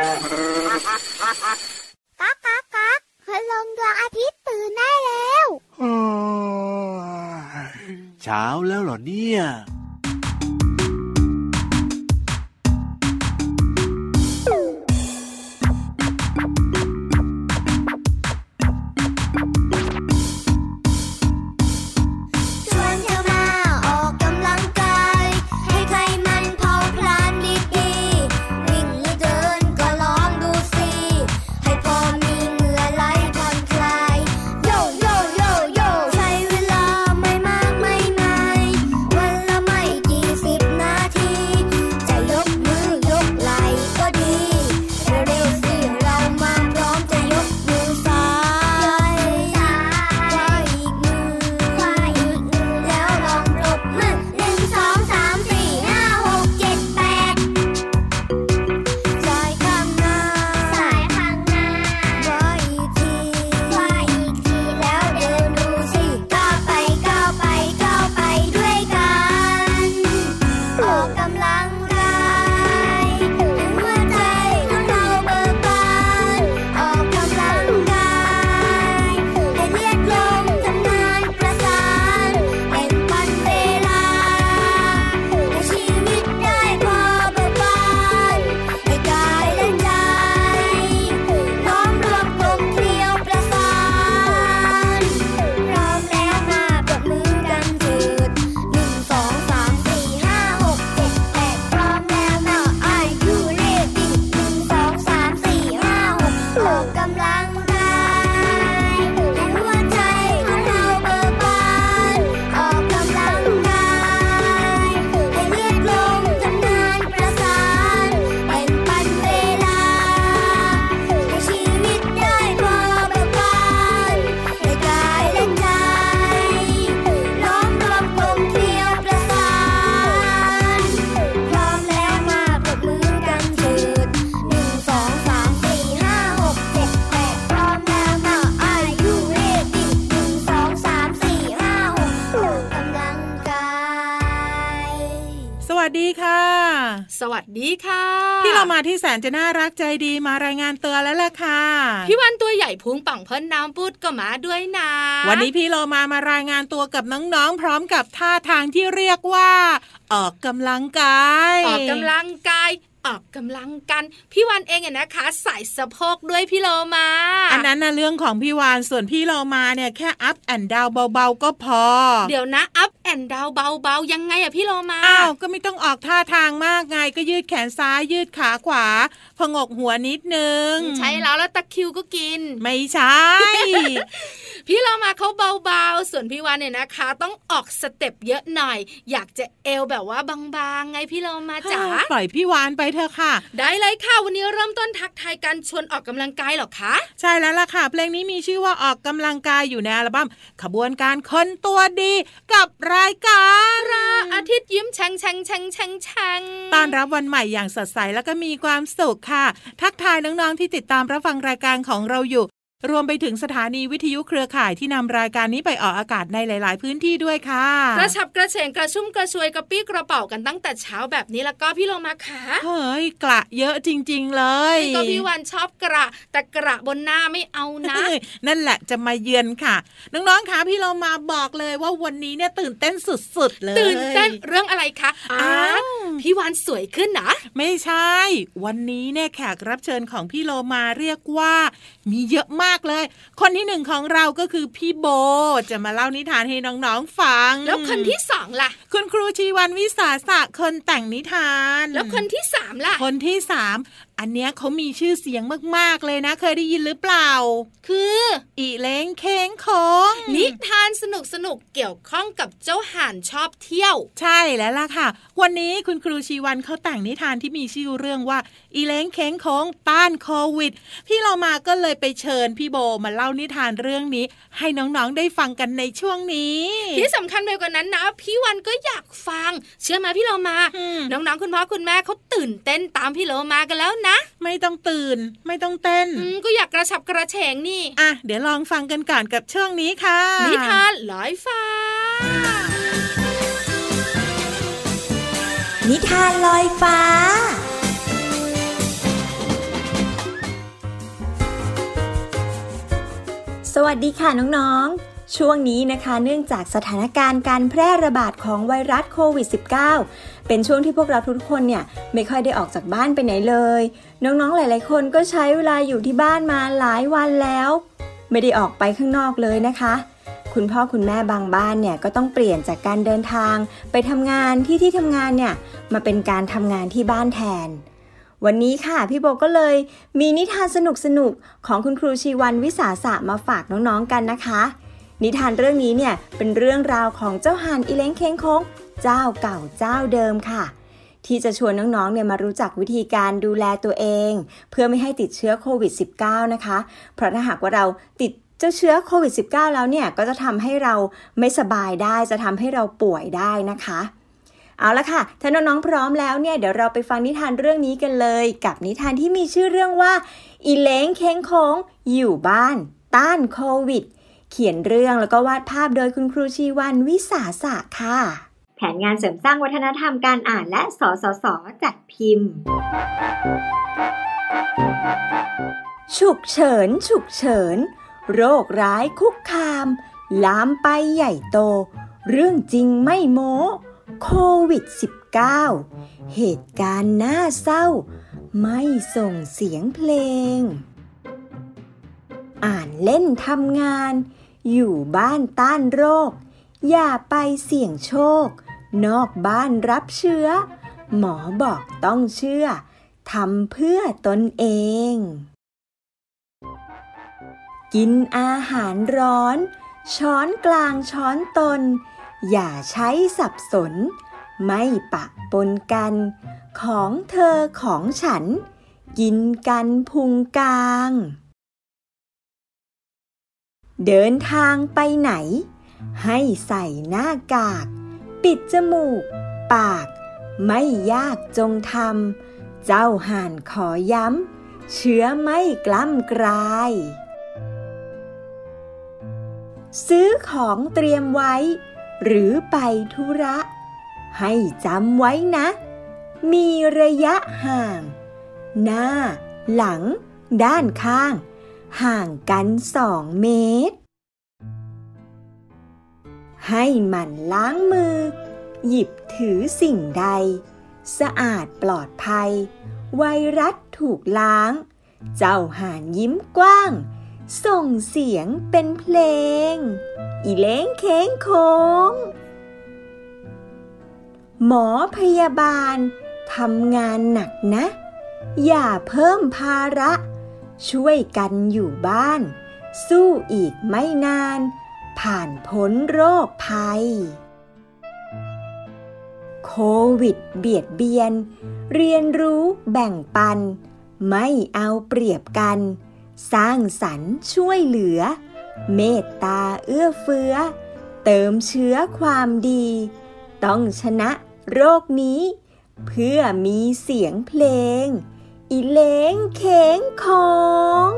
ก๊ากก๊ากก๊ากพลังดวงอาทิตย์ตื่นได้แล้วเช้าแล้วเหรอเนี่ยสวัสดีค่ะพี่เรามาที่แสนจะน่ารักใจดีมารายงานตัวแล้วล่ะค่ะพี่วันตัวใหญ่พุงป่องเพิ่นน้ำปุดก็มาด้วยนะวันนี้พี่เรามารายงานตัวกับน้องๆพร้อมกับท่าทางที่เรียกว่าออกกำลังกายออกกำลังกายออกกำลังกันพี่วันเองอะนะคะใส่สะโพกด้วยพี่โลมาอันนั้นนะเรื่องของพี่วานส่วนพี่โลมาเนี่ยแค่อัพแอนด์ดาวเบาๆก็พอเดี๋ยวนะอัพแอนด์ดาวเบาๆยังไงอะพี่โลมาอ้าวก็ไม่ต้องออกท่าทางมากไงก็ยืดแขนซ้ายยืดขาขวาพงกหัวนิดนึงใช่แล้วตะคริวก็กินไม่ใช่พี่โลมาเขาเบาๆส่วนพี่วานเนี่ยนะคะต้องออกสเต็ปเยอะหน่อยอยากจะเอวแบบว่าบางๆไงพี่โลมาจ๋าปล่อยพี่วานไปเถอะค่ะได้เลยค่ะวันนี้เริ่มต้นทักทายกันชวนออกกำลังกายหรอคะใช่แล้วล่ะค่ะเพลงนี้มีชื่อว่าออกกำลังกายอยู่ในอัลบั้มขบวนการคนตัวดีกับรายการอาทิตย์ยิ้มแฉ่งแฉ่งแฉ่งแฉ่งแฉ่งต้อนรับวันใหม่อย่างสดใสแล้วก็มีความสุขค่ะทักทายน้องๆที่ติดตามรับฟังรายการของเราอยู่รวมไปถึงสถานีวิทยุเครือข่ายที่นำรายการนี้ไปออกอากาศในหลายๆพื้นที่ด้วยค่ะกระฉับกระเฉงกระชุ่มกระชวยกระปี้กระเป๋ากันตั้งแต่เช้าแบบนี้แล้วก็พี่โลมาค่ะเฮ้ยกระเยอะจริงๆเลยก็พี่วันชอบกระแต่กระบนหน้าไม่เอานะนั่นแหละจะมาเยือนค่ะน้องๆค่ะพี่โลมาบอกเลยว่าวันนี้เนี่ยตื่นเต้นสุดๆเลยตื่นเต้นเรื่องอะไรคะพี่วันสวยขึ้นนะไม่ใช่วันนี้เนี่ยแขกรับเชิญของพี่โลมาเรียกว่ามีเยอะมากเลยคนที่หนึ่งของเราก็คือพี่โบจะมาเล่านิทานให้น้องๆฟังแล้วคนที่สองล่ะคุณครูชีวันวิสาสะคนแต่งนิทานแล้วคนที่สามล่ะคนที่สามอันเนี้ยเขามีชื่อเสียงมากๆเลยนะเคยได้ยินหรือเปล่าคืออีเล้งเค้งคงนิทานสนุกๆเกี่ยวข้องกับเจ้าห่านชอบเที่ยวใช่แล้วล่ะค่ะวันนี้คุณครูชีวันเขาแต่งนิทานที่มีชื่อเรื่องว่าอีเล้งเค้งคงต้านโควิดพี่เรามาก็เลยไปเชิญพี่โบมาเล่านิทานเรื่องนี้ให้น้องๆได้ฟังกันในช่วงนี้ที่สำคัญไปกว่านั้นนะพี่วันก็อยากฟังเชื่อไหมพี่เรามาน้องๆคุณพ่อคุณแม่เขาตื่นเต้นตามพี่เรามากันแล้วนะไม่ต้องตื่นไม่ต้องเต้นก็อยากกระฉับกระเฉงนี่อ่ะเดี๋ยวลองฟังกันก่อนกับช่วงนี้ค่ะนิทานลอยฟ้านิทานลอยฟ้าวัสดีค่ะน้องๆช่วงนี้นะคะเนื่องจากสถานการณ์การแพร่ระบาดของไวรัสโควิด -19 เป็นช่วงที่พวกเราทุกคนเนี่ยไม่ค่อยได้ออกจากบ้านไปไหนเลยน้องๆหลายๆคนก็ใช้เวลาอยู่ที่บ้านมาหลายวันแล้วไม่ได้ออกไปข้างนอกเลยนะคะคุณพ่อคุณแม่บางบ้านเนี่ยก็ต้องเปลี่ยนจากการเดินทางไปทำงานที่ทำงานเนี่ยมาเป็นการทำงานที่บ้านแทนวันนี้ค่ะพี่โบก็เลยมีนิทานสนุกๆของคุณครูชีวันวิสาสะมาฝากน้องๆกันนะคะนิทานเรื่องนี้เนี่ยเป็นเรื่องราวของเจ้าห่านอีเล้งเค้งโค้งเจ้าเก่าเจ้าเดิมค่ะที่จะชวนน้องๆเนี่ยมารู้จักวิธีการดูแลตัวเองเพื่อไม่ให้ติดเชื้อโควิด -19 นะคะเพราะถ้าหากว่าเราติดเจ้าเชื้อโควิด -19 แล้วเนี่ยก็จะทำให้เราไม่สบายได้จะทำให้เราป่วยได้นะคะเอาละค่ะถ้าน้องๆพร้อมแล้วเนี่ยเดี๋ยวเราไปฟังนิทานเรื่องนี้กันเลยกับนิทานที่มีชื่อเรื่องว่าอีเล้งเค้งโค้งอยู่บ้านต้านโควิดเขียนเรื่องแล้วก็วาดภาพโดยคุณครูชีวันวิสาสะค่ะแผนงานเสริมสร้างวัฒนธรรมการอ่านและสสส.จัดพิมพ์ฉุกเฉินฉุกเฉินโรคร้ายคุกคามลามไปใหญ่โตเรื่องจริงไม่โม้โควิด -19 เหตุการณ์น่าเศร้าไม่ส่งเสียงเพลงอ่านเล่นทำงานอยู่บ้านต้านโรคอย่าไปเสี่ยงโชคนอกบ้านรับเชื้อหมอบอกต้องเชื่อทำเพื่อตนเองกินอาหารร้อนช้อนกลางช้อนตนอย่าใช้สับสนไม่ปะปนกันของเธอของฉันกินกันพุงกลางเดินทางไปไหนให้ใส่หน้ากากปิดจมูกปากไม่ยากจงทำเจ้าห่านขอย้ำเชื้อไม่กล้ำกลายซื้อของเตรียมไว้หรือไปธุระให้จำไว้นะมีระยะห่างหน้าหลังด้านข้างห่างกัน2 เมตรให้หมั่นล้างมือหยิบถือสิ่งใดสะอาดปลอดภัยไวรัสถูกล้างเจ้าห่านยิ้มกว้างส่งเสียงเป็นเพลงอีเล้งเค้งโค้งหมอพยาบาลทำงานหนักนะอย่าเพิ่มภาระช่วยกันอยู่บ้านสู้อีกไม่นานผ่านพ้นโรคภัยโควิดเบียดเบียนเรียนรู้แบ่งปันไม่เอาเปรียบกันสร้างสรรค์ช่วยเหลือเมตตาเอื้อเฟื้อเติมเชื้อความดีต้องชนะโรคนี้เพื่อมีเสียงเพลงอีเล้งเค้งโค้ง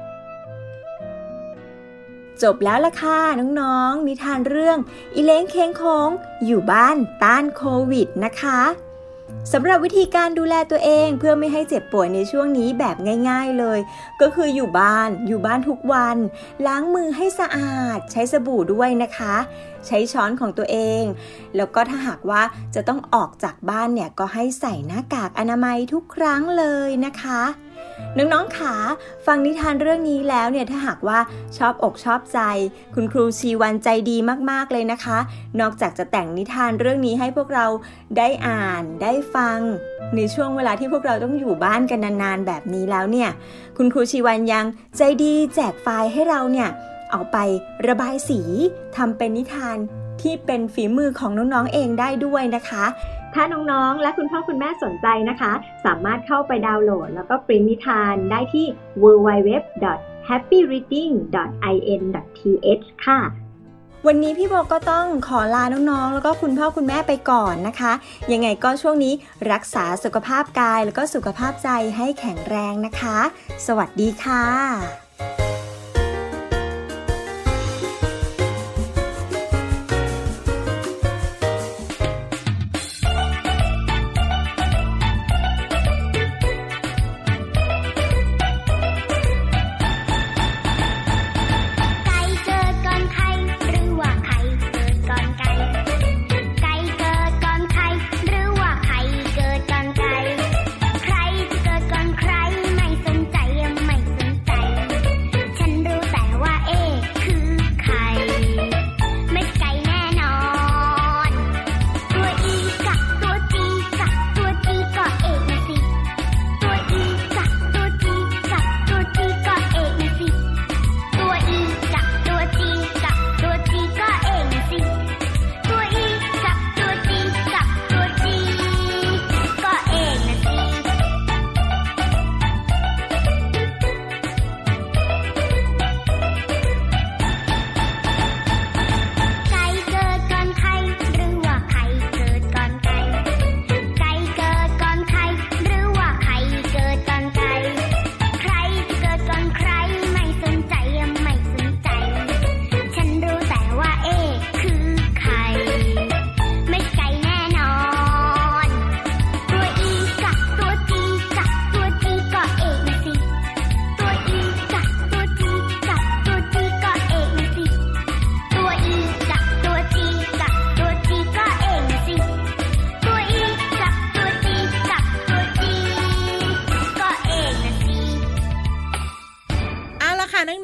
จบแล้วล่ะค่ะน้องๆนิทานเรื่องอีเล้งเค้งโค้งอยู่บ้านต้านโควิดนะคะสำหรับวิธีการดูแลตัวเองเพื่อไม่ให้เจ็บป่วยในช่วงนี้แบบง่ายๆเลยก็คืออยู่บ้านทุกวันล้างมือให้สะอาดใช้สบู่ด้วยนะคะใช้ช้อนของตัวเองแล้วก็ถ้าหากว่าจะต้องออกจากบ้านเนี่ยก็ให้ใส่หน้ากากอนามัยทุกครั้งเลยนะคะน้องๆขาฟังนิทานเรื่องนี้แล้วเนี่ยถ้าหากว่าชอบอกชอบใจคุณครูชีวันใจดีมากๆเลยนะคะนอกจากจะแต่งนิทานเรื่องนี้ให้พวกเราได้อ่านได้ฟังในช่วงเวลาที่พวกเราต้องอยู่บ้านกันนานๆแบบนี้แล้วเนี่ยคุณครูชีวันยังใจดีแจกไฟล์ให้เราเนี่ยเอาไประบายสีทำเป็นนิทานที่เป็นฝีมือของน้องๆเองได้ด้วยนะคะถ้าน้องๆและคุณพ่อคุณแม่สนใจนะคะสามารถเข้าไปดาวน์โหลดแล้วก็ปริ้นนิทานได้ที่ www.happyreading.in.th ค่ะวันนี้พี่โบก็ต้องขอลาน้องๆแล้วก็คุณพ่อคุณแม่ไปก่อนนะคะยังไงก็ช่วงนี้รักษาสุขภาพกายแล้วก็สุขภาพใจให้แข็งแรงนะคะสวัสดีค่ะใจ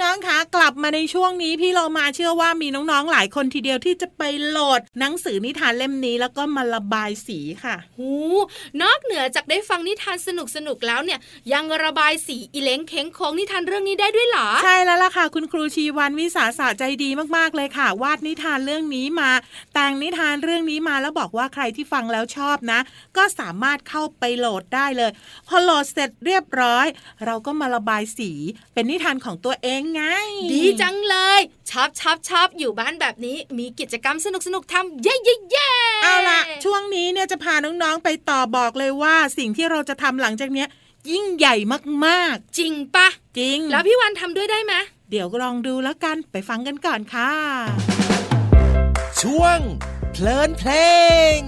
องๆคะกลับมาในช่วงนี้พี่เรามาเชื่อว่ามีน้องๆหลายคนทีเดียวที่จะไปโหลดหนังสือนิทานเล่มนี้แล้วก็มาระบายสีค่ะนอกเหนือจากได้ฟังนิทานสนุกๆแล้วเนี่ยยังระบายสีอีเล้งเค้งโค้งนิทานเรื่องนี้ได้ด้วยเหรอใช่แล้วล่ะค่ะคุณครูชีวันวิสาสะใจดีมากๆเลยค่ะวาดนิทานเรื่องนี้มาแต่งนิทานเรื่องนี้มาแล้วบอกว่าใครที่ฟังแล้วชอบนะก็สามารถเข้าไปโหลดได้เลยพอโหลดเสร็จเรียบร้อยเราก็มาระบายสีเป็นนิทานของตัวเองไงดีจังเลยชอบอยู่บ้านแบบนี้มีกิจกรรมสนุกทำเย้เอาล่ะช่วงนี้เนี่ยจะพาน้องๆไปต่อบอกเลยว่าสิ่งที่เราจะทำหลังจากเนี้ยยิ่งใหญ่มากๆจริงปะจริงแล้วพี่วันทำด้วยได้ไหมเดี๋ยวลองดูแล้วกันไปฟังกันก่อนค่ะช่วงเพลินเพลง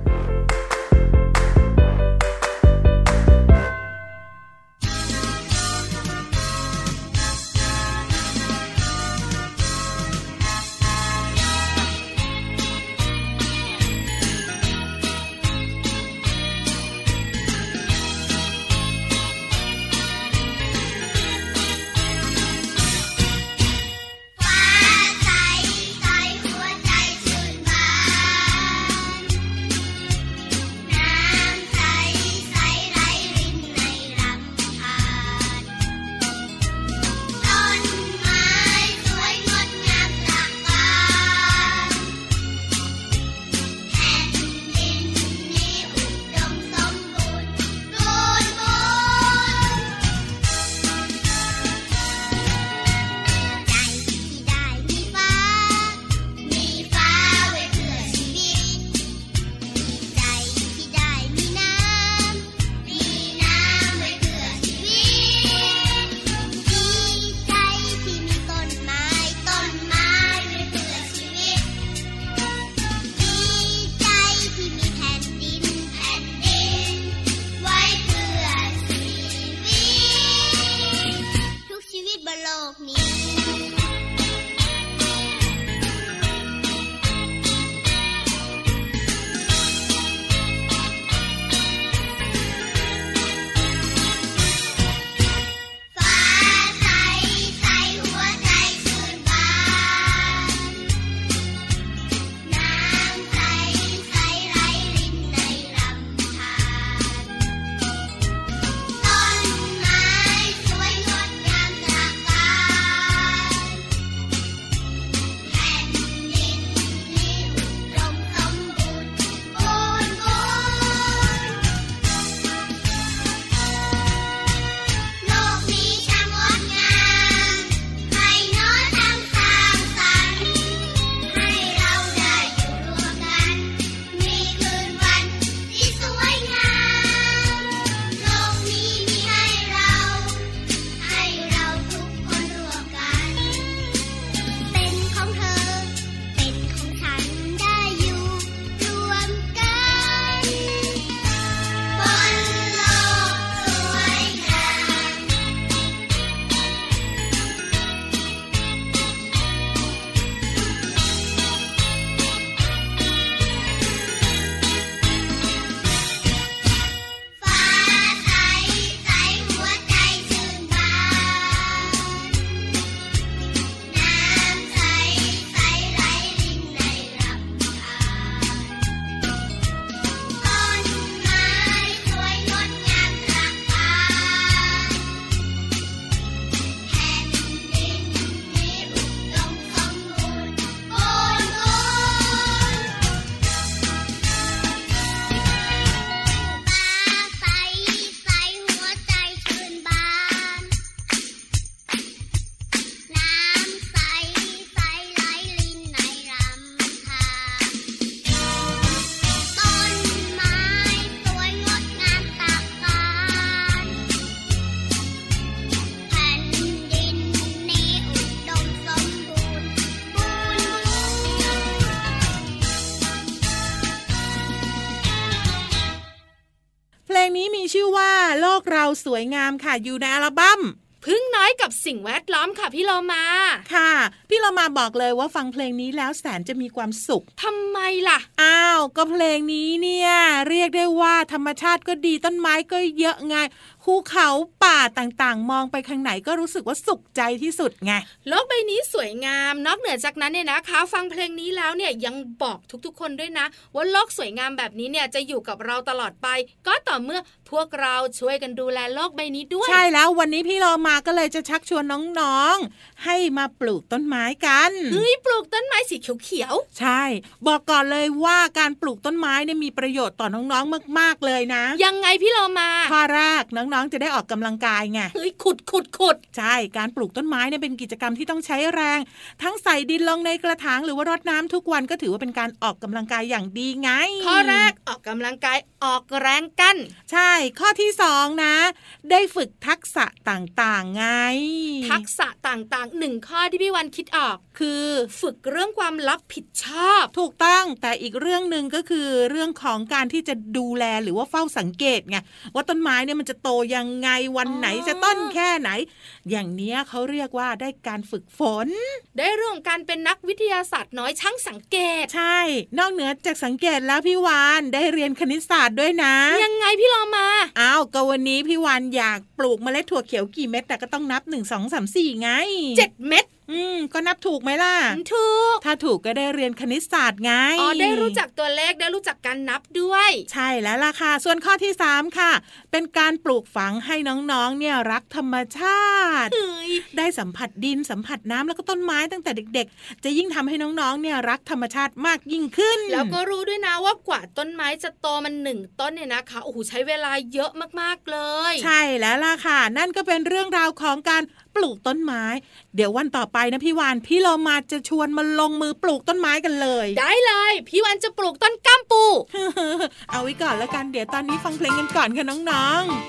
ชื่อว่าโลกเราสวยงามค่ะอยู่ในอัลบั้มพึ่งน้อยกับสิ่งแวดล้อมค่ะพี่โลมาค่ะพี่โลมาบอกเลยว่าฟังเพลงนี้แล้วแสนจะมีความสุขทำไมล่ะอ้าวก็เพลงนี้เนี่ยเรียกได้ว่าธรรมชาติก็ดีต้นไม้ก็เยอะไงภูเขาป่าต่างๆมองไปข้างไหนก็รู้สึกว่าสุขใจที่สุดไงโลกใบนี้สวยงามนอกเหนือจากนั้นเนี่ยนะคะฟังเพลงนี้แล้วเนี่ยยังบอกทุกๆคนด้วยนะว่าโลกสวยงามแบบนี้เนี่ยจะอยู่กับเราตลอดไปก็ต่อเมื่อพวกเราช่วยกันดูแลโลกใบนี้ด้วยใช่แล้ววันนี้พี่เรามาก็เลยจะชักชวนน้องๆให้มาปลูกต้นไม้กันเฮ้ยปลูกต้นไม้สีเขียวๆใช่บอกก่อนเลยว่าการปลูกต้นไม้เนี่ยมีประโยชน์ต่อน้องๆมากๆเลยนะยังไงพี่เรามาข้อแรกน้องๆจะได้ออกกำลังกายไงเฮ้ยขุดใช่การปลูกต้นไม้เนี่ยเป็นกิจกรรมที่ต้องใช้แรงทั้งใส่ดินลงในกระถางหรือว่ารดน้ำทุกวันก็ถือว่าเป็นการออกกำลังกายอย่างดีไงข้อแรกออกกำลังกายออกแรงกันใช่ข้อที่2นะได้ฝึกทักษะต่างๆไงทักษะต่างๆ1ข้อที่พี่วันคิดออกคือฝึกเรื่องความรับผิดชอบถูกต้องแต่อีกเรื่องนึงก็คือเรื่องของการที่จะดูแลหรือว่าเฝ้าสังเกตไงว่าต้นไม้เนี่ยมันจะโตยังไงวันไหนจะต้นแค่ไหนอย่างเนี้ยเขาเรียกว่าได้การฝึกฝนได้เรื่องการเป็นนักวิทยาศาสตร์น้อยช่างสังเกตใช่นอกเหนือจากสังเกตแล้วพี่วานได้เรียนคณิตศาสตร์ด้วยนะยังไงพี่เรามาอ้าวก็วันนี้พี่วานอยากปลูกเมล็ดถั่วเขียวกี่เม็ดแต่ก็ต้องนับ1 2 3 4ไง 7เม็ดก็นับถูกไหมล่ะถูกถ้าถูกก็ได้เรียนคณิตศาสตร์ไงได้รู้จักตัวเลขได้รู้จักการนับด้วยใช่แล้วล่ะค่ะส่วนข้อที่3ค่ะเป็นการปลูกฝังให้น้องๆเนี่ยรักธรรมชาติได้สัมผัสดินสัมผัสน้ำแล้วก็ต้นไม้ตั้งแต่เด็กๆจะยิ่งทำให้น้องๆเนี่ยรักธรรมชาติมากยิ่งขึ้นแล้วก็รู้ด้วยนะว่ากว่าต้นไม้จะโตมัน1ต้นเนี่ยนะคะโอ้โหใช้เวลาเยอะมากๆเลยใช่แล้วล่ะค่ะนั่นก็เป็นเรื่องราวของการปลูกต้นไม้เดี๋ยววันต่อไปนะพี่วานพี่เรามาจะชวนมาลงมือปลูกต้นไม้กันเลยได้เลยพี่วานจะปลูกต้นกัมปูเอาไว้ก่อนแล้วกันเดี๋ยวตอนนี้ฟังเพลงกันก่อนค่ะน้องๆ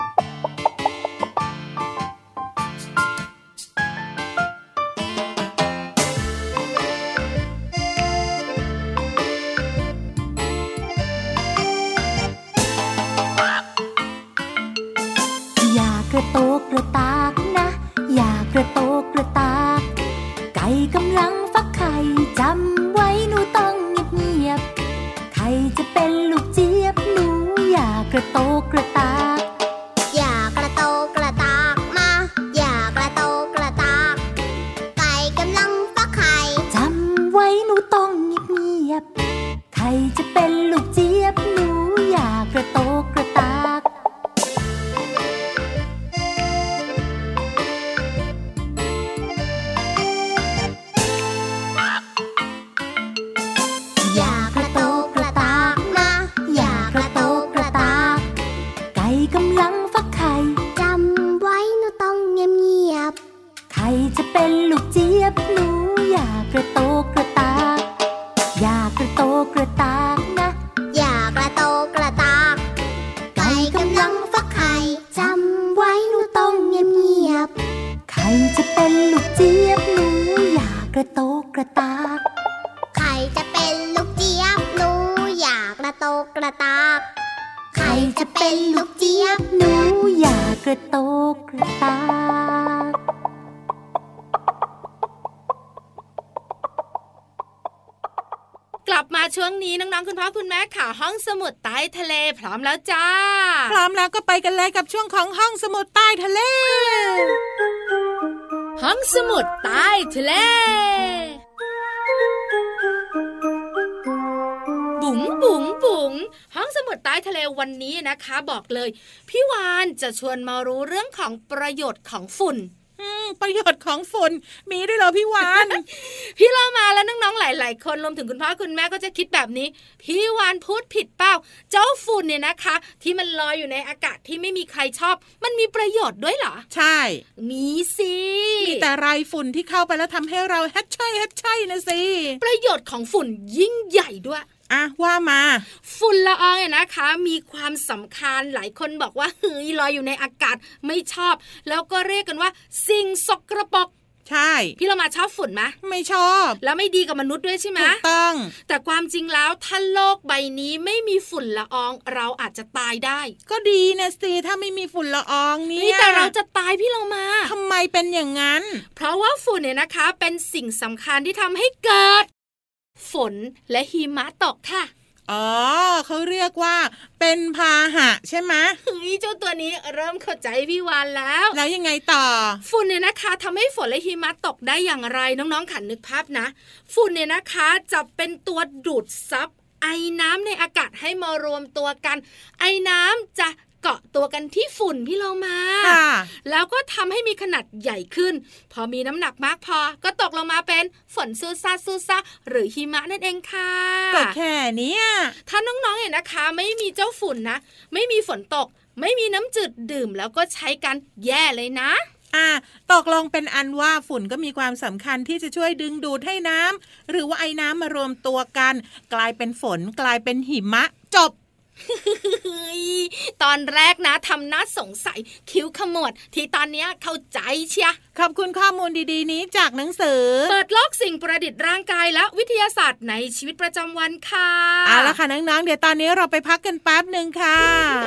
กระโตกกระตากนะอย่ากระโตกกระตากไก่กำลังฟักไข่จำไว้หนูต้องเงียบๆไข่จะเป็นลูกเจี๊ยบหนูอย่ากระโตกกระตากอย่ากระโตกกระตากมาอย่ากระโตกกระตากไก่กำลังฟักไข่จำไว้หนูต้องเงียบๆไข่จะเป็นลูกเจี๊ยบหนูอย่ากระโตกกระตากจะเป็นลูกเจี๊ยบหนูอย่ากระโตกกระตากอย่ากระโตกกระตากนะอย่ากระโตกกระตากไก่กำลังฟักไข่จำไว้หนูต้องเงียบไข่จะเป็นลูกเจี๊ยบหนูอย่ากระโตกกระตากไข่จะเป็นลูกเจี๊ยบหนูอย่ากระโตกกระตากไข่จะเป็นลูกเจี๊ยบหนูอย่ากระโตกกระตากกลับมาช่วงนี้น้องๆคุณพ่อคุณแม่ค่ะห้องสมุดใต้ทะเลพร้อมแล้วจ้าพร้อมแล้วก็ไปกันเลยกับช่วงของห้องสมุดใต้ทะเลห้องสมุดใต้ทะเลบุ๋งบุ๋งบุ๋งห้องสมุดใต้ทะเลวันนี้นะคะบอกเลยพี่วานจะชวนมารู้เรื่องของประโยชน์ของฝุ่นประโยชน์ของฝุ่นมีด้วยเหรอพี่วานพี่เรามาแล้วน้องๆหลายๆคนรวมถึงคุณพ่อคุณแม่ก็จะคิดแบบนี้พี่วานพูดผิดเปล่าเจ้าฝุ่นเนี่ยนะคะที่มันลอยอยู่ในอากาศที่ไม่มีใครชอบมันมีประโยชน์ด้วยเหรอใช่มีสิมีแต่ไรฝุ่นที่เข้าไปแล้วทำให้เราแฮชใช่นะสิประโยชน์ของฝุ่นยิ่งใหญ่ด้วยว่ามาฝุ่นละอองเนี่ยนะคะมีความสำคัญหลายคนบอกว่าเฮ้ยลอยอยู่ในอากาศไม่ชอบแล้วก็เรียกกันว่าสิ่งสกปรกใช่พี่เรามาชอบฝุ่นไหมไม่ชอบแล้วไม่ดีกับมนุษย์ด้วยใช่ไหมถูกต้องแต่ความจริงแล้วถ้าโลกใบนี้ไม่มีฝุ่นละอองเราอาจจะตายได้ก็ดีนะสิถ้าไม่มีฝุ่นละอองเนี่ยแต่เราจะตายพี่เรามาทำไมเป็นอย่างนั้นเพราะว่าฝุ่นเนี่ยนะคะเป็นสิ่งสำคัญที่ทำให้เกิดฝนและหิมะตกค่ะอ๋อเขาเรียกว่าเป็นพาหะใช่ไหมเจ้าตัวนี้เริ่มเข้าใจพี่วานแล้วยังไงต่อฝุ่นเนี่ยนะคะทำให้ฝนและหิมะตกได้อย่างไรน้องๆขันนึกภาพนะฝุ่นเนี่ยนะคะจะเป็นตัวดูดซับไอน้ำในอากาศให้มารวมตัวกันไอน้ำจะเกาะตัวกันที่ฝุ่นพี่เรามาแล้วก็ทำให้มีขนาดใหญ่ขึ้นพอมีน้ำหนักมากพอก็ตกลงมาเป็นฝนซูซ่าหรือหิมะนั่นเองค่ะก็แค่นี้ถ้าน้องๆเห็นนะคะไม่มีเจ้าฝุ่นนะไม่มีฝนตกไม่มีน้ำจืดดื่มแล้วก็ใช้กันแย่เลยนะตกลงเป็นอันว่าฝุ่นก็มีความสำคัญที่จะช่วยดึงดูดให้น้ำหรือว่าไอ้น้ำมารวมตัวกันกลายเป็นฝนกลายเป็นหิมะจบตอนแรกนะทำหน้าสงสัยคิ้วขมวดที่ตอนนี้เข้าใจเชียขอบคุณข้อมูลดีๆนี้จากหนังสือเปิดโลกสิ่งประดิษฐ์ร่างกายและวิทยาศาสตร์ในชีวิตประจำวันค่ะเอาละค่ะน้องๆเดี๋ยวตอนนี้เราไปพักกันแป๊บนึงค่ะ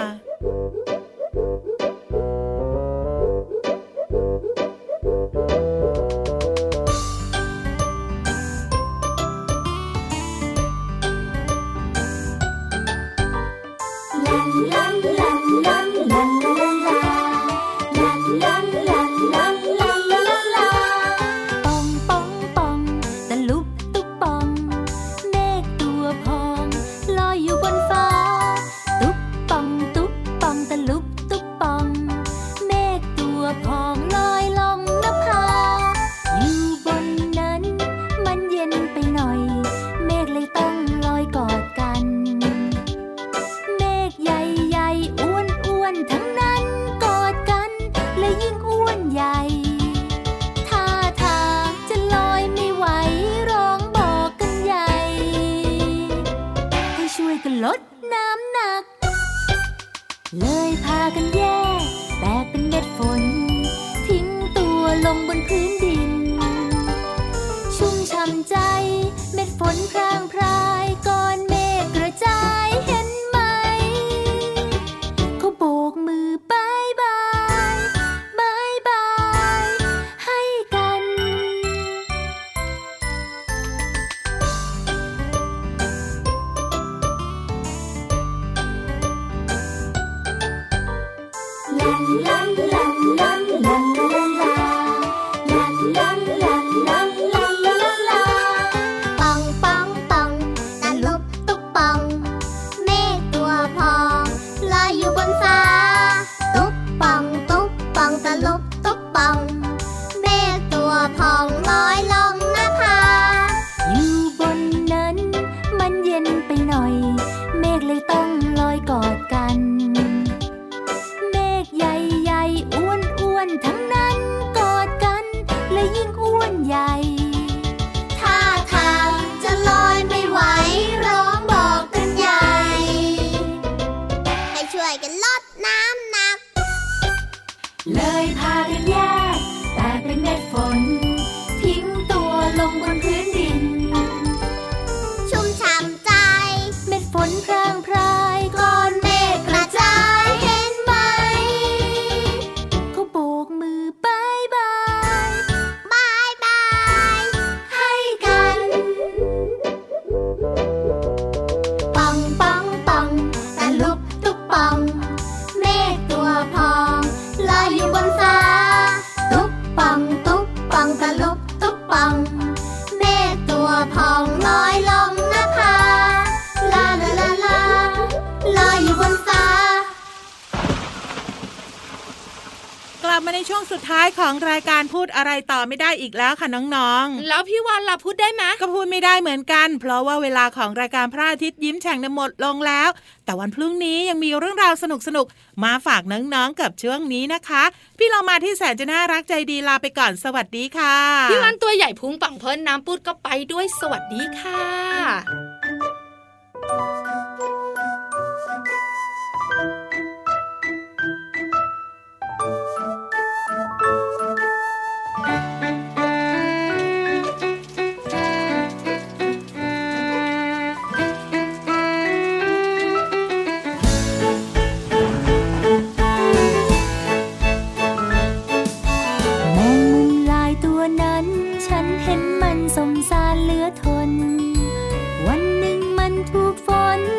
ลดน้ำหนักเลยพากันแยกแตกเป็นเม็ดฝนทิ้งตัวลงบนพื้นดินชุ่มช่ำใจเม็ดฝนพรางพรายก้อนเมฆกระจายเห็นไหมเขาโบกมือบายบายบายบายให้กันเลยพากันแยกแต่เป็นเม็ดฝนทิ้งตัวลงบนพื้นดินชุ่มช่ำใจเม็ดฝนพรางพรายก้อนเมฆกระจายเห็นไหมเขาโบกมือบายบายบายบายให้กันป่องป่องป่องตะลุบตุบป่องเมฆตัวพองลอยอยู่บนฟ้าตุ๊บป่องตุ๊บป่องตะลุบตุ๊บป่องเมฆตัวพองลอยลงนภาลาลาลาลาลอยอยู่บนฟ้ากลับมาในช่วงสุดท้ายของรายการพูดอะไรต่อไม่ได้อีกแล้วค่ะน้องๆแล้วพี่วานล่ะพูดได้ไหมก็พูดไม่ได้เหมือนกันเพราะว่าเวลาของรายการพระอาทิตย์ยิ้มแฉ่งหมดลงแล้วแต่วันพรุ่งนี้ยังมีเรื่องราวสนุกๆมาฝากน้องๆกับช่วงนี้นะคะพี่เรามาที่แสนจะน่ารักใจดีลาไปก่อนสวัสดีค่ะพี่วานตัวใหญ่พุงปังเพิ่นน้ำปุดก็ไปด้วยสวัสดีค่ะสมสารเหลือทนวันหนึ่งมันถูกฝน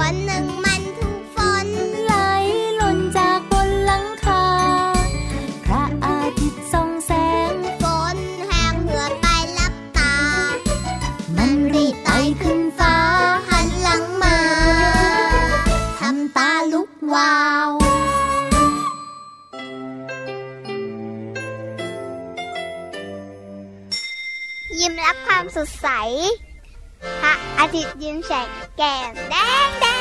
วันหนึ่งมันถูกฝนไหลหล่นจากบนหลังคาพระอาทิตย์ส่องแสงฝนแห้งเหือดไปลับตามันรีบไต่ขึ้นฟ้าหันหลังมาทำตาลุกวาวยิ้มรับความสดใสพระอาทิตย์ยิ้มแฉกแก้มแดง